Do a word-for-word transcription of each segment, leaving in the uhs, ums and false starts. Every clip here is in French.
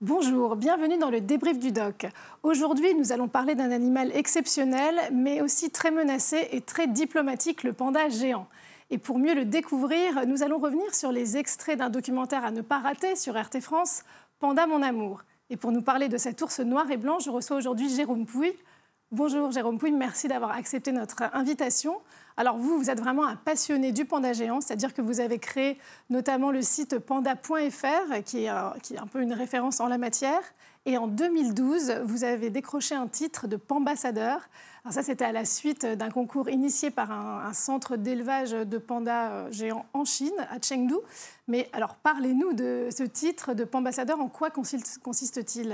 Bonjour, bienvenue dans le débrief du doc. Aujourd'hui, nous allons parler d'un animal exceptionnel, mais aussi très menacé et très diplomatique, le panda géant. Et pour mieux le découvrir, nous allons revenir sur les extraits d'un documentaire à ne pas rater sur R T France, Panda mon amour. Et pour nous parler de cet ours noir et blanc, je reçois aujourd'hui Jérôme Pouy. Bonjour Jérôme Pouy, merci d'avoir accepté notre invitation. Alors vous, vous êtes vraiment un passionné du panda géant, c'est-à-dire que vous avez créé notamment le site panda point F R, qui est, un, qui est un peu une référence en la matière. Et en deux mille douze, vous avez décroché un titre de Pambassadeur. Alors ça, c'était à la suite d'un concours initié par un, un centre d'élevage de pandas géants en Chine, à Chengdu. Mais alors, parlez-nous de ce titre de Pambassadeur. En quoi consiste-t-il ?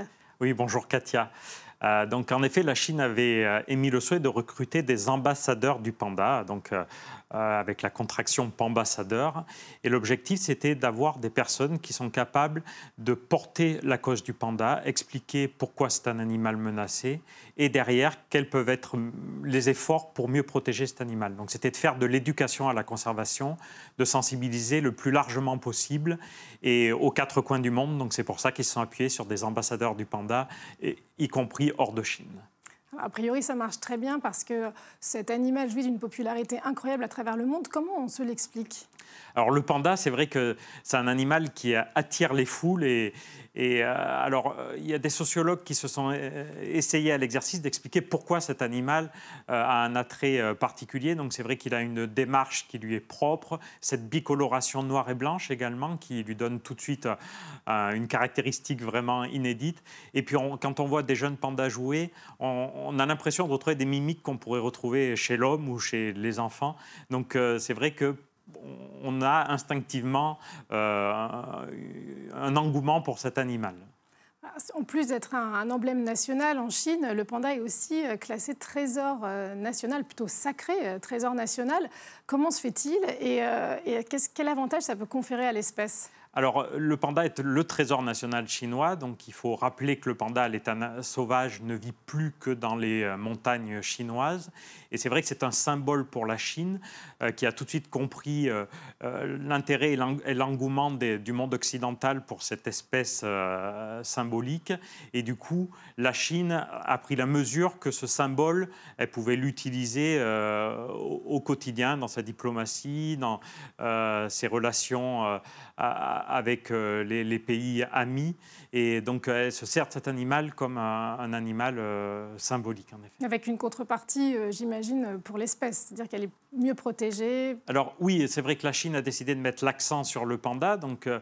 Oui, bonjour Katia. Euh, donc, en effet, la Chine avait euh, émis le souhait de recruter des ambassadeurs du panda, donc euh, euh, avec la contraction Pambassadeur. Et l'objectif, c'était d'avoir des personnes qui sont capables de porter la cause du panda, expliquer pourquoi c'est un animal menacé et derrière, quels peuvent être les efforts pour mieux protéger cet animal. Donc, c'était de faire de l'éducation à la conservation, de sensibiliser le plus largement possible et aux quatre coins du monde. Donc, c'est pour ça qu'ils se sont appuyés sur des ambassadeurs du panda, et, y compris hors de Chine. A priori, ça marche très bien parce que cet animal jouit d'une popularité incroyable à travers le monde. Comment on se l'explique ? Alors le panda, c'est vrai que c'est un animal qui attire les foules et, et euh, alors il y a des sociologues qui se sont essayés à l'exercice d'expliquer pourquoi cet animal euh, a un attrait euh, particulier. Donc c'est vrai qu'il a une démarche qui lui est propre, cette bicoloration noire et blanche également qui lui donne tout de suite euh, une caractéristique vraiment inédite. Et puis on, quand on voit des jeunes pandas jouer, on, on a l'impression de retrouver des mimiques qu'on pourrait retrouver chez l'homme ou chez les enfants. Donc euh, c'est vrai que on a instinctivement euh, un engouement pour cet animal. En plus d'être un, un emblème national en Chine, le panda est aussi classé trésor national, plutôt sacré trésor national. Comment se fait-il et, euh, et quel avantage ça peut conférer à l'espèce ? Alors, le panda est le trésor national chinois, donc il faut rappeler que le panda à l'état sauvage ne vit plus que dans les montagnes chinoises. Et c'est vrai que c'est un symbole pour la Chine, euh, qui a tout de suite compris euh, euh, l'intérêt et l'engouement des, du monde occidental pour cette espèce euh, symbolique. Et du coup, la Chine a pris la mesure que ce symbole, elle pouvait l'utiliser euh, au, au quotidien, dans sa diplomatie, dans euh, ses relations euh, à, avec euh, les, les pays amis. Et donc, elle se sert de cet animal comme un, un animal euh, symbolique, en effet. Avec une contrepartie, euh, j'imagine, pour l'espèce, c'est-à-dire qu'elle est mieux protégée. Alors oui, c'est vrai que la Chine a décidé de mettre l'accent sur le panda. Donc, euh,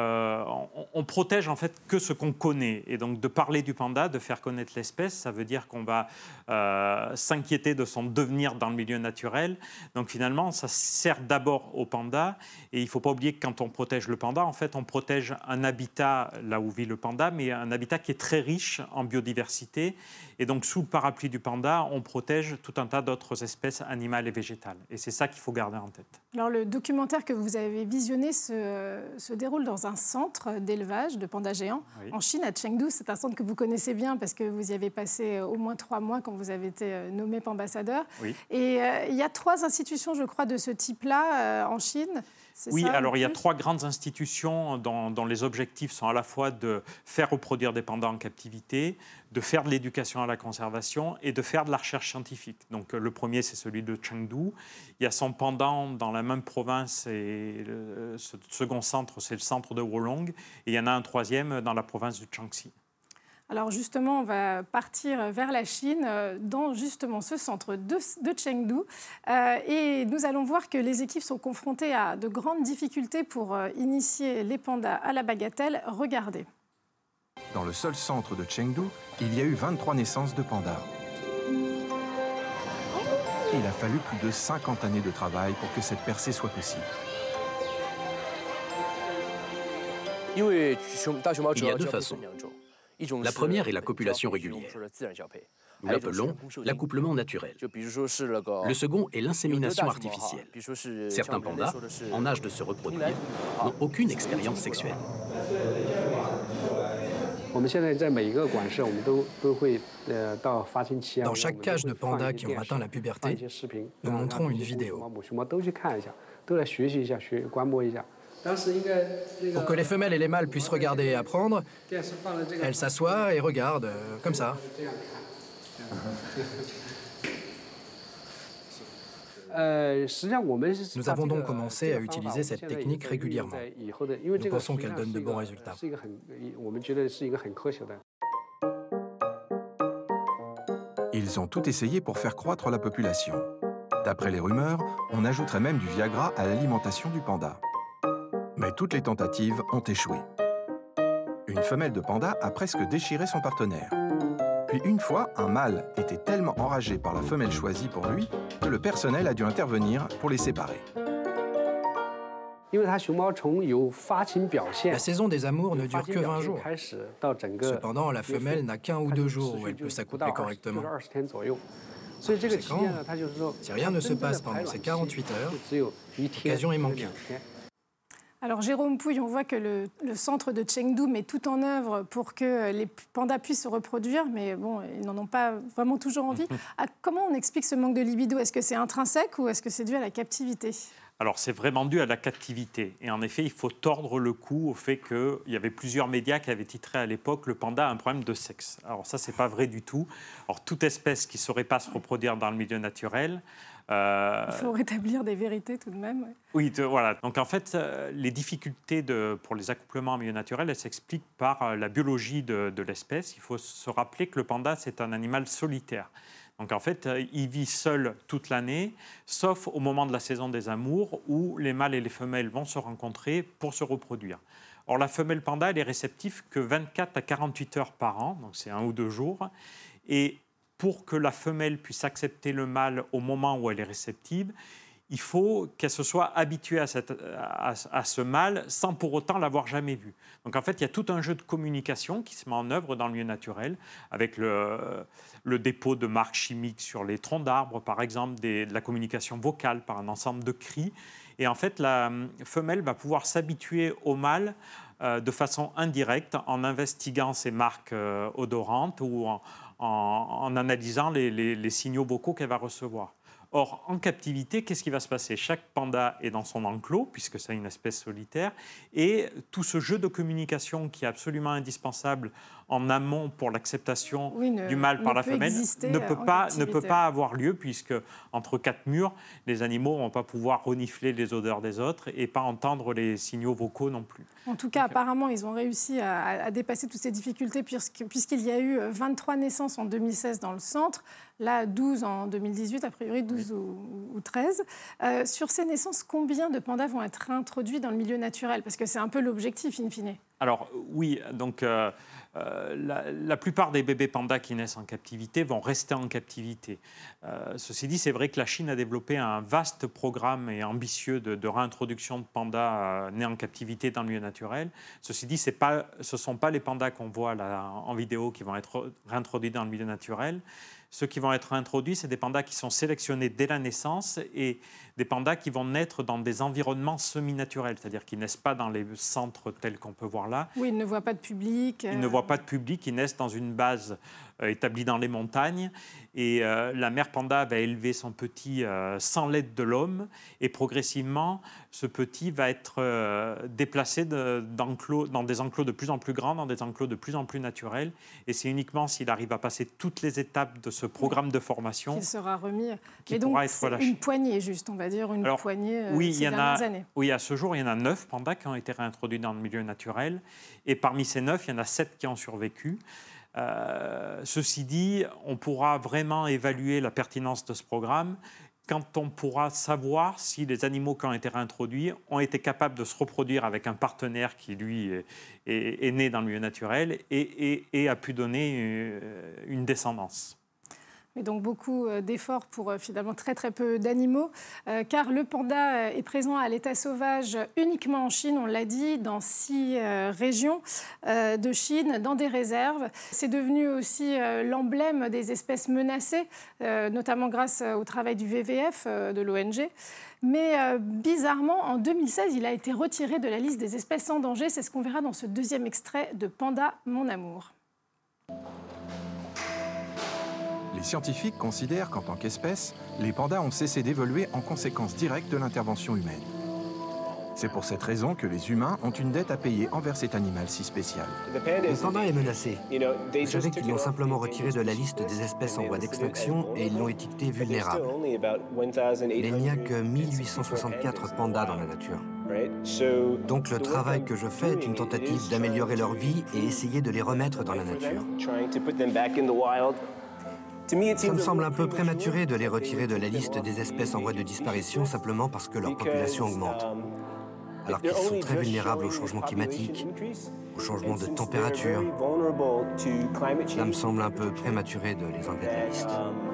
on, on protège en fait que ce qu'on connaît. Et donc, de parler du panda, de faire connaître l'espèce, ça veut dire qu'on va euh, s'inquiéter de son devenir dans le milieu naturel. Donc, finalement, ça sert d'abord au panda. Et il ne faut pas oublier que quand on protège le panda, en fait, on protège un habitat là où vit le panda, mais un habitat qui est très riche en biodiversité. Et donc, sous le parapluie du panda, on protège tout un tas d'autres espèces animales et végétales. Et c'est ça qu'il faut garder en tête. Alors, le documentaire que vous avez visionné se, se déroule dans un centre d'élevage de pandas géants oui. en Chine, à Chengdu. C'est un centre que vous connaissez bien parce que vous y avez passé au moins trois mois quand vous avez été nommé Pambassadeur. Oui. Et euh, il y a trois institutions, je crois, de ce type-là euh, en Chine. Oui, ça, alors il y a trois grandes institutions dont, dont les objectifs sont à la fois de faire reproduire des pandas en captivité, de faire de l'éducation à la conservation et de faire de la recherche scientifique. Donc le premier, c'est celui de Chengdu. Il y a son pendant dans la même province et le ce second centre, c'est le centre de Wolong. Et il y en a un troisième dans la province de Jiangxi. Alors justement, on va partir vers la Chine, dans justement ce centre de, de Chengdu. Euh, et nous allons voir que les équipes sont confrontées à de grandes difficultés pour euh, initier les pandas à la bagatelle. Regardez. Dans le seul centre de Chengdu, il y a eu vingt-trois naissances de pandas. Il a fallu plus de cinquante années de travail pour que cette percée soit possible. Il y a deux façons. La première est la copulation régulière. Nous l'appelons l'accouplement naturel. Le second est l'insémination artificielle. Certains pandas, en âge de se reproduire, n'ont aucune expérience sexuelle. Dans chaque cage de pandas qui ont atteint la puberté, nous montrons une vidéo. Pour que les femelles et les mâles puissent regarder et apprendre, elles s'assoient et regardent, euh, comme ça. Nous avons donc commencé à utiliser cette technique régulièrement. Nous pensons qu'elle donne de bons résultats. Ils ont tout essayé pour faire croître la population. D'après les rumeurs, on ajouterait même du Viagra à l'alimentation du panda. Mais toutes les tentatives ont échoué. Une femelle de panda a presque déchiré son partenaire. Puis une fois, un mâle était tellement enragé par la femelle choisie pour lui que le personnel a dû intervenir pour les séparer. La saison des amours ne dure que vingt jours. Cependant, la femelle n'a qu'un ou deux jours où elle peut s'accoupler correctement. Par conséquent, si rien ne se passe pendant ces quarante-huit heures, l'occasion est manquée. Alors Jérôme Pouille, on voit que le, le centre de Chengdu met tout en œuvre pour que les pandas puissent se reproduire, mais bon, ils n'en ont pas vraiment toujours envie. Ah, comment on explique ce manque de libido? Est-ce que c'est intrinsèque ou est-ce que c'est dû à la captivité? Alors, c'est vraiment dû à la captivité. Et en effet, il faut tordre le cou au fait qu'il y avait plusieurs médias qui avaient titré à l'époque « Le panda a un problème de sexe ». Alors ça, ce n'est pas vrai du tout. Alors, toute espèce qui ne saurait pas se reproduire dans le milieu naturel... Euh... Il faut rétablir des vérités tout de même. Oui, de, voilà. Donc, en fait, euh, les difficultés de, pour les accouplements en milieu naturel, elles s'expliquent par euh, la biologie de, de l'espèce. Il faut se rappeler que le panda, c'est un animal solitaire. Donc en fait, il vit seul toute l'année, sauf au moment de la saison des amours où les mâles et les femelles vont se rencontrer pour se reproduire. Or, la femelle panda, elle est réceptive que vingt-quatre à quarante-huit heures par an, donc c'est un ou deux jours. Et pour que la femelle puisse accepter le mâle au moment où elle est réceptive, il faut qu'elle se soit habituée à, cette, à, à ce mâle sans pour autant l'avoir jamais vu. Donc en fait, il y a tout un jeu de communication qui se met en œuvre dans le milieu naturel, avec le, le dépôt de marques chimiques sur les troncs d'arbres, par exemple, des, de la communication vocale par un ensemble de cris. Et en fait, la femelle va pouvoir s'habituer au mâle euh, de façon indirecte en investiguant ces marques euh, odorantes ou en, en, en analysant les, les, les signaux vocaux qu'elle va recevoir. Or, en captivité, qu'est-ce qui va se passer? Chaque panda est dans son enclos, puisque c'est une espèce solitaire, et tout ce jeu de communication qui est absolument indispensable en amont pour l'acceptation oui, ne, du mâle par la femelle ne peut, pas, ne peut pas avoir lieu, puisque entre quatre murs, les animaux ne vont pas pouvoir renifler les odeurs des autres et pas entendre les signaux vocaux non plus. En tout cas, Donc, apparemment, ils ont réussi à, à dépasser toutes ces difficultés, puisque, puisqu'il y a eu vingt-trois naissances en deux mille seize dans le centre, là douze en deux mille dix-huit, a priori douze oui. ou, ou treize. Euh, sur ces naissances, combien de pandas vont être réintroduits dans le milieu naturel? Parce que c'est un peu l'objectif, in fine. Alors oui, donc euh, euh, la, la plupart des bébés pandas qui naissent en captivité vont rester en captivité. Euh, ceci dit, c'est vrai que la Chine a développé un vaste programme et ambitieux de, de réintroduction de pandas euh, nés en captivité dans le milieu naturel. Ceci dit, c'est pas, ce ne sont pas les pandas qu'on voit là, en vidéo qui vont être réintroduits dans le milieu naturel. Ceux qui vont être introduits, c'est des pandas qui sont sélectionnés dès la naissance et des pandas qui vont naître dans des environnements semi-naturels, c'est-à-dire qu'ils ne naissent pas dans les centres tels qu'on peut voir là. Oui, ils ne voient pas de public. Ils euh... ne voient pas de public, ils naissent dans une base euh, établie dans les montagnes et euh, la mère panda va élever son petit euh, sans l'aide de l'homme et progressivement, ce petit va être euh, déplacé de, d'enclos, dans des enclos de plus en plus grands, dans des enclos de plus en plus naturels et c'est uniquement s'il arrive à passer toutes les étapes de ce programme oui. de formation qu'il sera remis. Qui et donc, pourra être relâché. Une poignée, juste, on va dire, une Alors, poignée euh, oui, ces il y en dernières a, années. Oui, à ce jour, il y en a neuf pandas qui ont été réintroduits dans le milieu naturel. Et parmi ces neuf, il y en a sept qui ont survécu. Euh, ceci dit, on pourra vraiment évaluer la pertinence de ce programme quand on pourra savoir si les animaux qui ont été réintroduits ont été capables de se reproduire avec un partenaire qui, lui, est, est, est né dans le milieu naturel et, et, et a pu donner une descendance. Et donc beaucoup d'efforts pour finalement très très peu d'animaux, euh, car le panda est présent à l'état sauvage uniquement en Chine, on l'a dit, dans six euh, régions euh, de Chine, dans des réserves. C'est devenu aussi euh, l'emblème des espèces menacées, euh, notamment grâce au travail du V V F, euh, de l'O N G. Mais euh, bizarrement, en deux mille seize, il a été retiré de la liste des espèces en danger. C'est ce qu'on verra dans ce deuxième extrait de Panda, mon amour. Les scientifiques considèrent qu'en tant qu'espèce, les pandas ont cessé d'évoluer en conséquence directe de l'intervention humaine. C'est pour cette raison que les humains ont une dette à payer envers cet animal si spécial. Le panda est menacé. Vous savez qu'ils l'ont simplement retiré de la liste des espèces en voie d'extinction et ils l'ont étiqueté vulnérable. Mais il n'y a que mille huit cent soixante-quatre pandas dans la nature. Donc le travail que je fais est une tentative d'améliorer leur vie et essayer de les remettre dans la nature. Ça me semble un peu prématuré de les retirer de la liste des espèces en voie de disparition simplement parce que leur population augmente. Alors qu'ils sont très vulnérables au changement climatique, au changement de température. Cela me semble un peu prématuré de les enlever de la liste.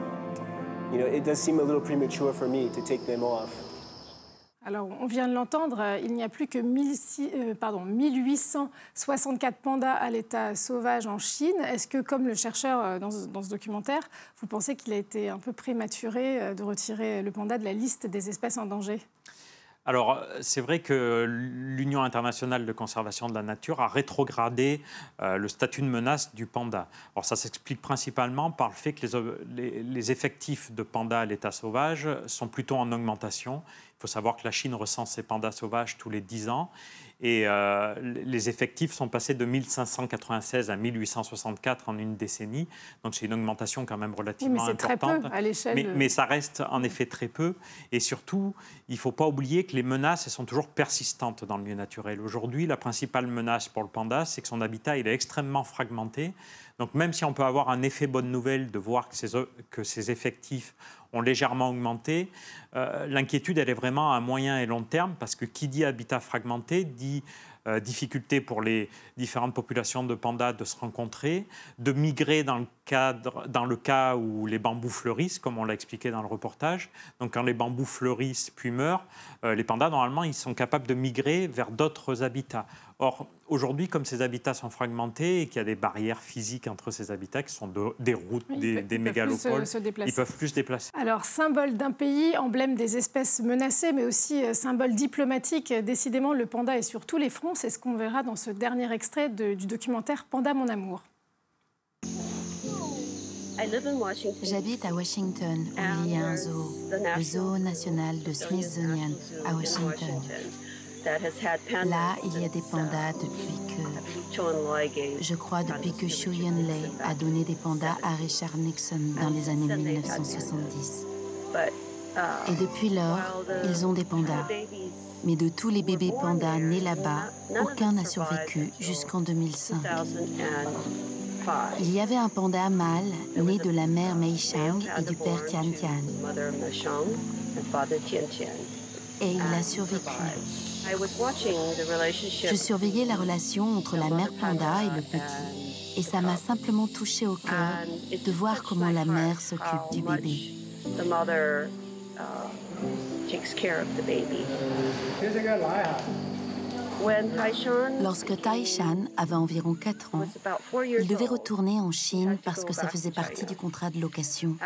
Alors, on vient de l'entendre, il n'y a plus que mille huit cent soixante-quatre pandas à l'état sauvage en Chine. Est-ce que, comme le chercheur dans ce, dans ce documentaire, vous pensez qu'il a été un peu prématuré de retirer le panda de la liste des espèces en danger ? Alors, c'est vrai que l'Union internationale de conservation de la nature a rétrogradé euh, le statut de menace du panda. Alors, ça s'explique principalement par le fait que les, les, les effectifs de pandas à l'état sauvage sont plutôt en augmentation. Il faut savoir que la Chine recense ses pandas sauvages tous les dix ans. Et euh, les effectifs sont passés de mille cinq cent quatre-vingt-seize à mille huit cent soixante-quatre en une décennie. Donc c'est une augmentation quand même relativement oui, mais c'est importante. Très peu à l'échelle mais, de... mais ça reste en effet très peu. Et surtout, il ne faut pas oublier que les menaces elles sont toujours persistantes dans le milieu naturel. Aujourd'hui, la principale menace pour le panda, c'est que son habitat il est extrêmement fragmenté. Donc même si on peut avoir un effet bonne nouvelle de voir que ces, que ces effectifs ont légèrement augmenté, euh, l'inquiétude elle est vraiment à moyen et long terme parce que qui dit habitat fragmenté dit euh, difficulté pour les différentes populations de pandas de se rencontrer, de migrer dans le, cadre, dans le cas où les bambous fleurissent, comme on l'a expliqué dans le reportage. Donc quand les bambous fleurissent puis meurent, euh, les pandas normalement ils sont capables de migrer vers d'autres habitats. Or, aujourd'hui, comme ces habitats sont fragmentés et qu'il y a des barrières physiques entre ces habitats, qui sont de, des routes, oui, des, peut, des ils mégalopoles, peuvent se, se ils peuvent plus se déplacer. Alors, symbole d'un pays, emblème des espèces menacées, mais aussi symbole diplomatique, décidément, le panda est sur tous les fronts. C'est ce qu'on verra dans ce dernier extrait de, du documentaire « Panda, mon amour ». J'habite à Washington, où il y a un zoo, le zoo national de Smithsonian à Washington. Là, il y a des pandas depuis que, je crois, depuis que Chu Yun-lei a donné des pandas à Richard Nixon dans les années mille neuf cent soixante-dix. Et depuis lors, ils ont des pandas. Mais de tous les bébés pandas nés là-bas, aucun n'a survécu jusqu'en deux mille cinq. Il y avait un panda mâle né de la mère Mei Chang et du père Tian Tian. Et il a survécu. Je surveillais la relation entre la mère panda et le petit. Et ça m'a simplement touché au cœur de voir comment la mère s'occupe du bébé. Lorsque Taishan avait environ quatre ans, il devait retourner en Chine parce que ça faisait partie du contrat de location.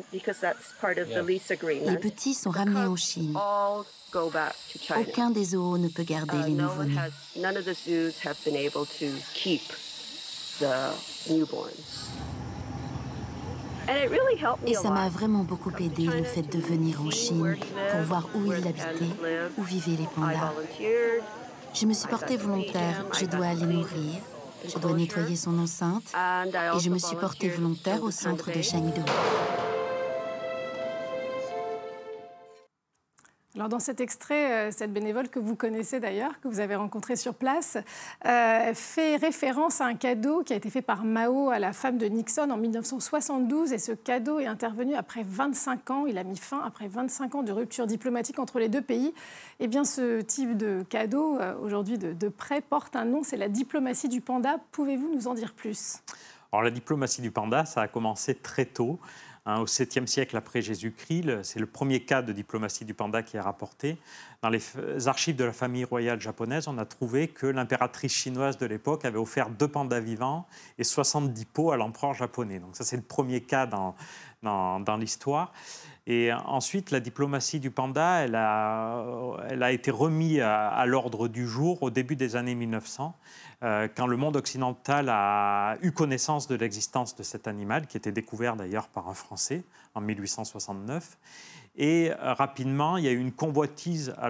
Les petits sont ramenés en Chine. Aucun des zoos ne peut garder les nouveau-nés. Et ça m'a vraiment beaucoup aidé, le fait de venir en Chine pour voir où il habitait, où vivaient les pandas. Je me suis portée volontaire, je dois aller nourrir, je dois nettoyer son enceinte et je me suis portée volontaire au centre de Chengdu. Alors dans cet extrait, cette bénévole que vous connaissez d'ailleurs, que vous avez rencontrée sur place, euh, fait référence à un cadeau qui a été fait par Mao à la femme de Nixon en mille neuf cent soixante-douze. Et ce cadeau est intervenu après vingt-cinq ans. Il a mis fin après vingt-cinq ans de rupture diplomatique entre les deux pays. Eh bien, ce type de cadeau, euh, aujourd'hui de, de prêt, porte un nom, c'est la diplomatie du panda. Pouvez-vous nous en dire plus ? Alors la diplomatie du panda, ça a commencé très tôt. Hein, au septième siècle après Jésus-Christ, c'est le premier cas de diplomatie du panda qui est rapporté. Dans les archives de la famille royale japonaise, on a trouvé que l'impératrice chinoise de l'époque avait offert deux pandas vivants et soixante-dix pots à l'empereur japonais. Donc ça, c'est le premier cas dans, dans, dans l'histoire. Et ensuite, la diplomatie du panda, elle a, elle a été remise à, à l'ordre du jour au début des années mille neuf cents, euh, quand le monde occidental a eu connaissance de l'existence de cet animal, qui était découvert d'ailleurs par un Français en mille huit cent soixante-neuf. Et euh, rapidement, il y a eu une convoitise. Alors,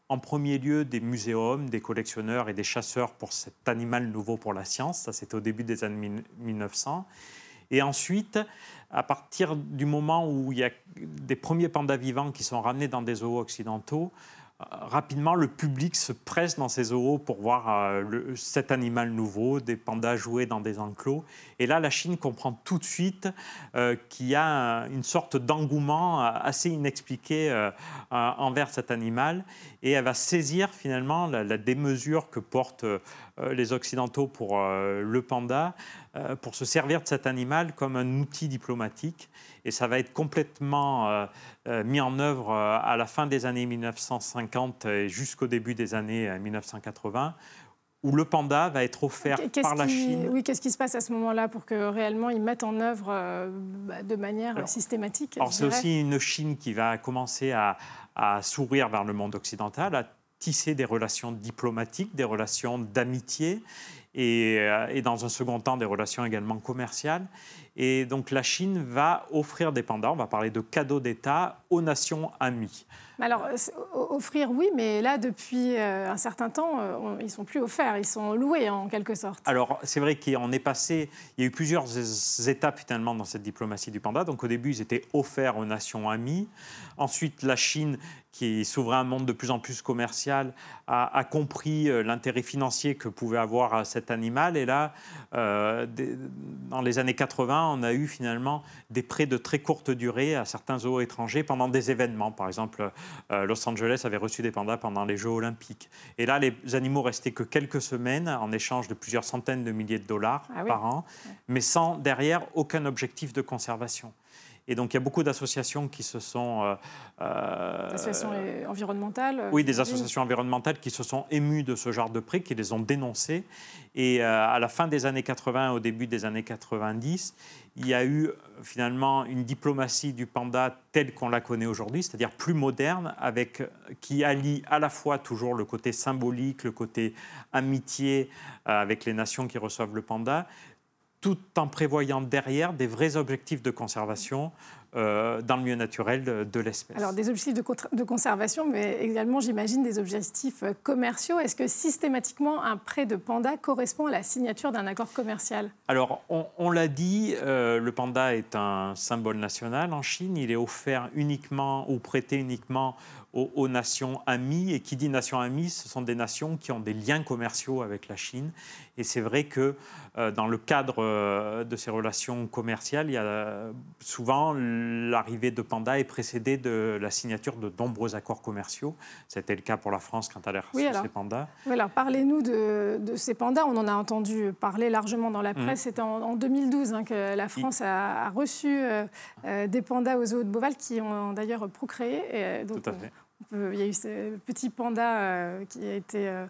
en premier lieu des muséums, des collectionneurs et des chasseurs pour cet animal nouveau pour la science. Ça, c'était au début des années mille neuf cents. Et ensuite, à partir du moment où il y a des premiers pandas vivants qui sont ramenés dans des zoos occidentaux, rapidement, le public se presse dans ces zoos pour voir euh, le, cet animal nouveau, des pandas jouer dans des enclos. Et là, la Chine comprend tout de suite euh, qu'il y a une sorte d'engouement assez inexpliqué euh, euh, envers cet animal. Et elle va saisir finalement la, la démesure que portent euh, les Occidentaux pour euh, le panda, euh, pour se servir de cet animal comme un outil diplomatique. Et ça va être complètement euh, euh, mis en œuvre euh, à la fin des années mille neuf cent cinquante et jusqu'au début des années euh, mille neuf cent quatre-vingts, où le panda va être offert qu'est-ce par la qui, Chine. Oui, qu'est-ce qui se passe à ce moment-là pour que réellement ils mettent en œuvre euh, bah, de manière alors, systématique? Alors c'est aussi une Chine qui va commencer à, à s'ouvrir vers le monde occidental, à tisser des relations diplomatiques, des relations d'amitié et, euh, et dans un second temps des relations également commerciales. Et donc la Chine va offrir des pandas, on va parler de cadeaux d'État, aux nations amies. Alors, offrir, oui, mais là, depuis un certain temps, ils ne sont plus offerts, ils sont loués en quelque sorte. Alors, c'est vrai qu'on est passé, il y a eu plusieurs étapes finalement dans cette diplomatie du panda. Donc au début, ils étaient offerts aux nations amies. Ensuite, la Chine, qui s'ouvrait à un monde de plus en plus commercial, a, a compris l'intérêt financier que pouvait avoir cet animal. Et là, euh, des, dans les années quatre-vingts, on a eu finalement des prêts de très courte durée à certains zoos étrangers pendant des événements. Par exemple, euh, Los Angeles avait reçu des pandas pendant les Jeux olympiques. Et là, les animaux restaient que quelques semaines en échange de plusieurs centaines de milliers de dollars ah, par oui. an, ouais. mais sans derrière aucun objectif de conservation. Et donc, il y a beaucoup d'associations qui se sont... Euh, euh, associations environnementales. Oui, des associations environnementales qui se sont émues de ce genre de prix, qui les ont dénoncés. Et euh, à la fin des années quatre-vingts, au début des années quatre-vingt-dix, il y a eu finalement une diplomatie du panda telle qu'on la connaît aujourd'hui, c'est-à-dire plus moderne, avec, qui allie à la fois toujours le côté symbolique, le côté amitié euh, avec les nations qui reçoivent le panda, tout en prévoyant derrière des vrais objectifs de conservation euh, dans le milieu naturel de, de l'espèce. Alors des objectifs de, de conservation, mais également, j'imagine, des objectifs commerciaux. Est-ce que systématiquement, un prêt de panda correspond à la signature d'un accord commercial? Alors, on, on l'a dit, euh, le panda est un symbole national en Chine. Il est offert uniquement ou prêté uniquement aux, aux nations amies. Et qui dit nations amies, ce sont des nations qui ont des liens commerciaux avec la Chine. Et c'est vrai que euh, dans le cadre euh, de ces relations commerciales, il y a souvent l'arrivée de pandas est précédée de la signature de nombreux accords commerciaux. C'était le cas pour la France quand elle a reçu oui, alors, ces pandas. Oui, alors parlez-nous de, de ces pandas. On en a entendu parler largement dans la presse. Mmh. C'était en, en deux mille douze hein, que la France a, a reçu euh, euh, des pandas au zoo de Beauval qui ont d'ailleurs procréé. Et, donc, Tout à fait. On, on peut, il y a eu ce petit panda euh, qui a été... Euh,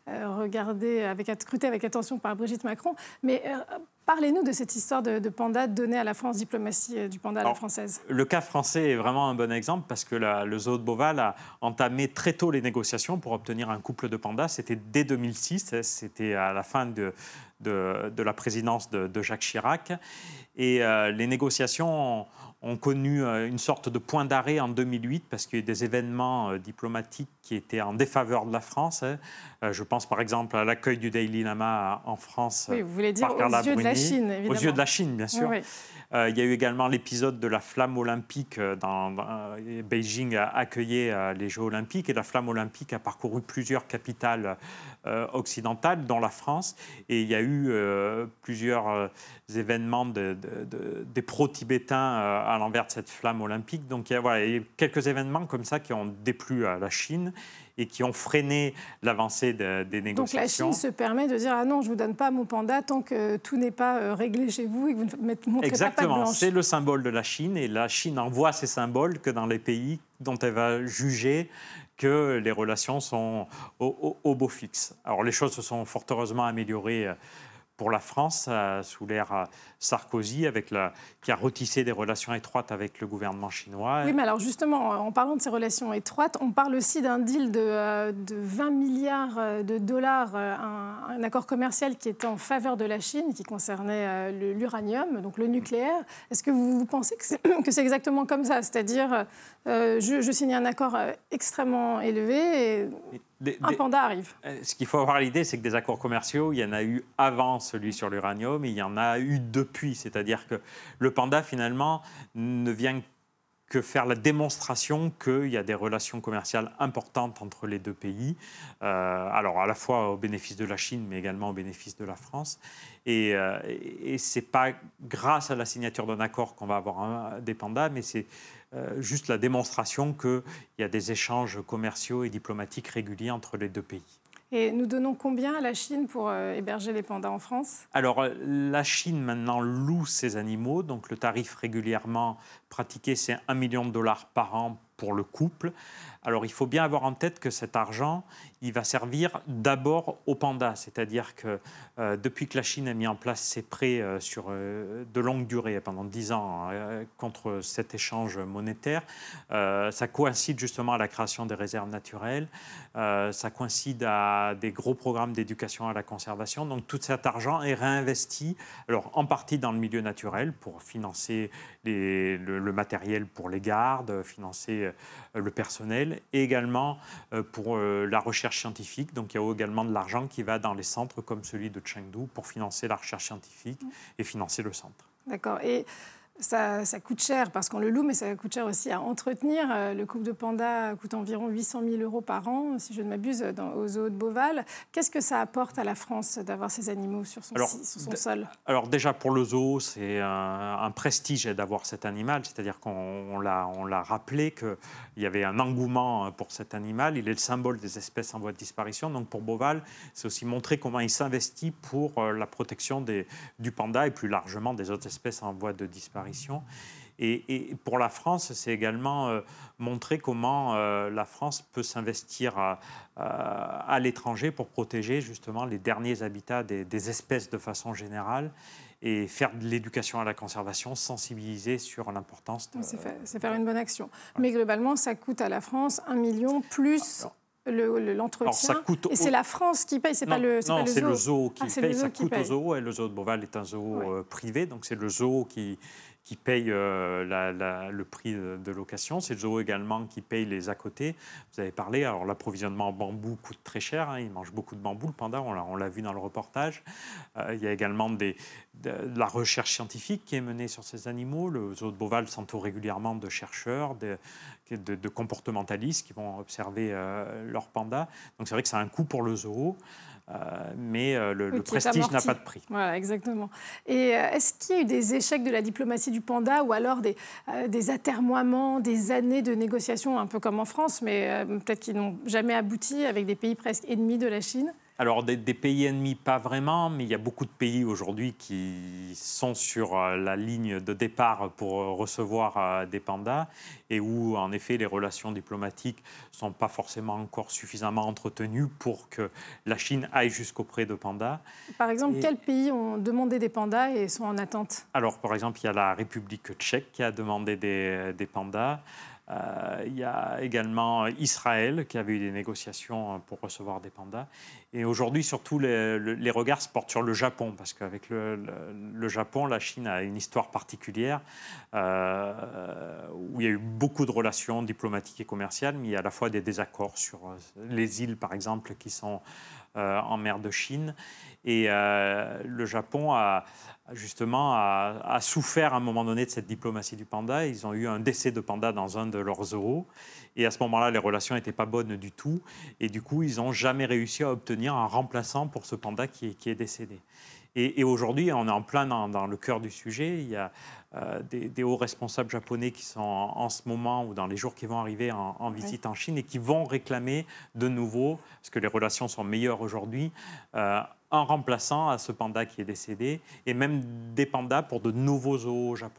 regardé, avec, scruté avec attention par Brigitte Macron. Mais euh, parlez-nous de cette histoire de, de panda donnée à la France, diplomatie du panda à la française. Le cas français est vraiment un bon exemple parce que la, le zoo de Beauval a entamé très tôt les négociations pour obtenir un couple de pandas. C'était dès deux mille six, c'était à la fin de, de, de la présidence de, de Jacques Chirac. Et euh, les négociations ont, ont connu une sorte de point d'arrêt en deux mille huit parce qu'il y a eu des événements diplomatiques qui étaient en défaveur de la France. Je pense par exemple à l'accueil du Dalai Lama en France. Oui, vous voulez dire aux yeux de la Chine, évidemment. Aux yeux de la Chine, bien sûr. Oui, oui. Euh, il y a eu également l'épisode de la flamme olympique. Dans, dans, Beijing a accueilli euh, les Jeux olympiques et la flamme olympique a parcouru plusieurs capitales euh, occidentales, dont la France. Et il y a eu euh, plusieurs euh, événements de, de, de, des pro-tibétains euh, à l'envers de cette flamme olympique. Donc il y a, voilà, il y a eu quelques événements comme ça qui ont déplu à la Chine et qui ont freiné l'avancée de, des négociations. Donc la Chine se permet de dire « Ah non, je ne vous donne pas mon panda tant que tout n'est pas réglé chez vous et que vous ne montrez Exactement. pas patte blanche. » C'est le symbole de la Chine et la Chine envoie ces symboles que dans les pays dont elle va juger que les relations sont au, au, au beau fixe. Alors les choses se sont fort heureusement améliorées pour la France, euh, sous l'ère euh, Sarkozy, avec la, qui a retissé des relations étroites avec le gouvernement chinois. Oui, mais alors justement, en parlant de ces relations étroites, on parle aussi d'un deal de, euh, de vingt milliards de dollars, euh, un, un accord commercial qui était en faveur de la Chine, qui concernait euh, l'uranium, donc le nucléaire. Est-ce que vous, vous pensez que c'est, que c'est exactement comme ça? C'est-à-dire, euh, je, je signe un accord extrêmement élevé et... Des, un panda arrive. Ce qu'il faut avoir à l'idée, c'est que des accords commerciaux, il y en a eu avant celui sur l'uranium et il y en a eu depuis. C'est-à-dire que le panda, finalement, ne vient que faire la démonstration qu'il y a des relations commerciales importantes entre les deux pays. Euh, alors, à la fois au bénéfice de la Chine, mais également au bénéfice de la France. Et, euh, et ce n'est pas grâce à la signature d'un accord qu'on va avoir un, des pandas, mais c'est Euh, juste la démonstration qu'il y a des échanges commerciaux et diplomatiques réguliers entre les deux pays. Et nous donnons combien à la Chine pour euh, héberger les pandas en France? Alors, la Chine, maintenant, loue ces animaux. Donc, le tarif régulièrement pratiqué, c'est un million de dollars par an pour le couple. Alors, il faut bien avoir en tête que cet argent, il va servir d'abord aux pandas. C'est-à-dire que euh, depuis que la Chine a mis en place ses prêts euh, sur euh, de longue durée, pendant dix ans, euh, contre cet échange monétaire, euh, ça coïncide justement à la création des réserves naturelles. Euh, ça coïncide à des gros programmes d'éducation à la conservation. Donc, tout cet argent est réinvesti, alors en partie dans le milieu naturel pour financer les, le, le matériel pour les gardes, financer euh, le personnel, et également euh, pour euh, la recherche scientifique. Donc, il y a également de l'argent qui va dans les centres comme celui de Chengdu pour financer la recherche scientifique et financer le centre. D'accord. Et ça, ça coûte cher parce qu'on le loue, mais ça coûte cher aussi à entretenir. Le couple de pandas coûte environ huit cent mille euros par an, si je ne m'abuse, dans, au zoo de Beauval. Qu'est-ce que ça apporte à la France d'avoir ces animaux sur son, alors, sur son sol? Alors déjà, pour le zoo, c'est un, un prestige d'avoir cet animal. C'est-à-dire qu'on on l'a, on l'a rappelé qu'il y avait un engouement pour cet animal. Il est le symbole des espèces en voie de disparition. Donc pour Beauval, c'est aussi montrer comment il s'investit pour la protection des, du panda et plus largement des autres espèces en voie de disparition. Et, et pour la France, c'est également euh, montrer comment euh, la France peut s'investir à, à, à l'étranger pour protéger justement les derniers habitats des, des espèces de façon générale et faire de l'éducation à la conservation, sensibiliser sur l'importance de... C'est faire, c'est faire une bonne action. Ouais. Mais globalement, ça coûte à la France un million plus... Alors, Le, le, l'entretien, et c'est au... la France qui paye, c'est non, pas le, c'est non, pas le zoo. c'est le zoo qui ah, paye, zoo ça qui coûte paye. au zoo, et le zoo de Beauval est un zoo ouais. euh, privé, donc c'est le zoo qui, qui paye euh, la, la, le prix de, de location, c'est le zoo également qui paye les à côté. Vous avez parlé, alors l'approvisionnement en bambou coûte très cher, hein, il mange beaucoup de bambou, le panda, on l'a, on l'a vu dans le reportage. Euh, il y a également des, de, de la recherche scientifique qui est menée sur ces animaux, le zoo de Beauval s'entoure régulièrement de chercheurs, de, de, de comportementalistes qui vont observer euh, leurs pandas. Donc c'est vrai que c'est un coût pour le zoo, euh, mais euh, le, le prestige n'a pas de prix. Voilà, exactement. Et euh, est-ce qu'il y a eu des échecs de la diplomatie du panda ou alors des, euh, des atermoiements, des années de négociations, un peu comme en France, mais euh, peut-être qu'ils n'ont jamais abouti avec des pays presque ennemis de la Chine? Alors, des, des pays ennemis, pas vraiment, mais il y a beaucoup de pays aujourd'hui qui sont sur la ligne de départ pour recevoir des pandas et où, en effet, les relations diplomatiques ne sont pas forcément encore suffisamment entretenues pour que la Chine aille jusqu'auprès de pandas. Par exemple, et... quels pays ont demandé des pandas et sont en attente? Alors, par exemple, il y a la République tchèque qui a demandé des, des pandas. Euh, il y a également Israël qui avait eu des négociations pour recevoir des pandas. Et aujourd'hui, surtout, les, les regards se portent sur le Japon, parce qu'avec le, le, le Japon, la Chine a une histoire particulière euh, où il y a eu beaucoup de relations diplomatiques et commerciales, mais il y a à la fois des désaccords sur les îles, par exemple, qui sont euh, en mer de Chine. Et euh, le Japon a justement a, a souffert à un moment donné de cette diplomatie du panda. Ils ont eu un décès de panda dans un de leurs zoos. Et à ce moment-là, les relations n'étaient pas bonnes du tout. Et du coup, ils n'ont jamais réussi à obtenir un remplaçant pour ce panda qui est, qui est décédé. Et, et aujourd'hui, on est en plein dans, dans le cœur du sujet. Il y a euh, des, des hauts responsables japonais qui sont en, en ce moment ou dans les jours qui vont arriver en, en visite oui. en Chine et qui vont réclamer de nouveau, parce que les relations sont meilleures aujourd'hui, euh, un remplaçant à ce panda qui est décédé et même des pandas pour de nouveaux zoos au Japon.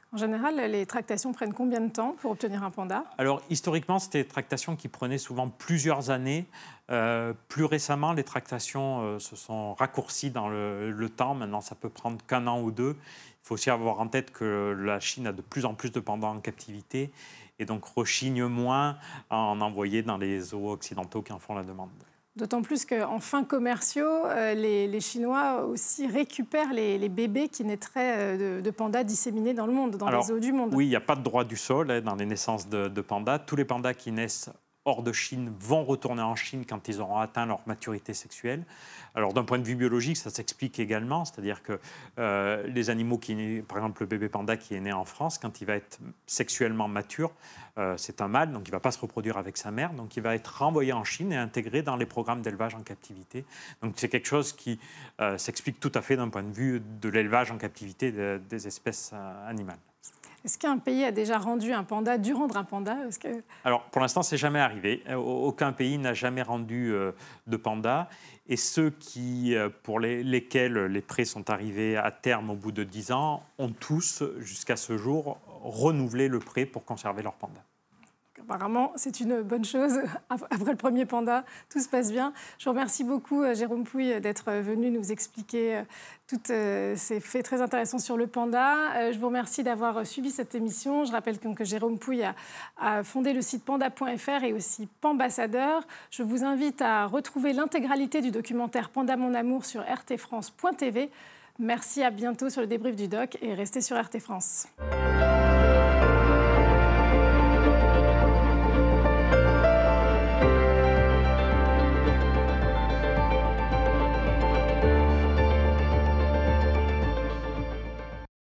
En général, les tractations prennent combien de temps pour obtenir un panda? Alors, historiquement, c'était des tractations qui prenaient souvent plusieurs années. Euh, plus récemment, les tractations euh, se sont raccourcies dans le, le temps. Maintenant, ça peut prendre qu'un an ou deux. Il faut aussi avoir en tête que la Chine a de plus en plus de pandas en captivité et donc rechigne moins à en envoyer dans les zoos occidentaux qui en font la demande. D'autant plus qu'en fins commerciaux, euh, les, les Chinois aussi récupèrent les, les bébés qui naîtraient de, de pandas disséminés dans le monde, dans Alors, les zoos du monde. Oui, il n'y a pas de droit du sol hein, dans les naissances de, de pandas. Tous les pandas qui naissent hors de Chine vont retourner en Chine quand ils auront atteint leur maturité sexuelle. Alors d'un point de vue biologique, ça s'explique également, c'est-à-dire que euh, les animaux, qui, par exemple le bébé panda qui est né en France, quand il va être sexuellement mature, euh, c'est un mâle, donc il ne va pas se reproduire avec sa mère, donc il va être renvoyé en Chine et intégré dans les programmes d'élevage en captivité. Donc c'est quelque chose qui euh, s'explique tout à fait d'un point de vue de l'élevage en captivité de, des espèces euh, animales. Est-ce qu'un pays a déjà rendu un panda, dû rendre un panda? Est-ce que... Alors, pour l'instant, ce n'est jamais arrivé. Aucun pays n'a jamais rendu euh, de panda. Et ceux qui, euh, pour les, lesquels les prêts sont arrivés à terme au bout de dix ans, ont tous, jusqu'à ce jour, renouvelé le prêt pour conserver leur panda. Apparemment, c'est une bonne chose. Après le premier panda, tout se passe bien. Je vous remercie beaucoup, Jérôme Pouille, d'être venu nous expliquer tous ces faits très intéressants sur le panda. Je vous remercie d'avoir suivi cette émission. Je rappelle que Jérôme Pouille a, a fondé le site panda point f r et aussi Pambassadeur. Je vous invite à retrouver l'intégralité du documentaire Panda Mon Amour sur r t france point t v. Merci, à bientôt sur le débrief du doc et restez sur R T France.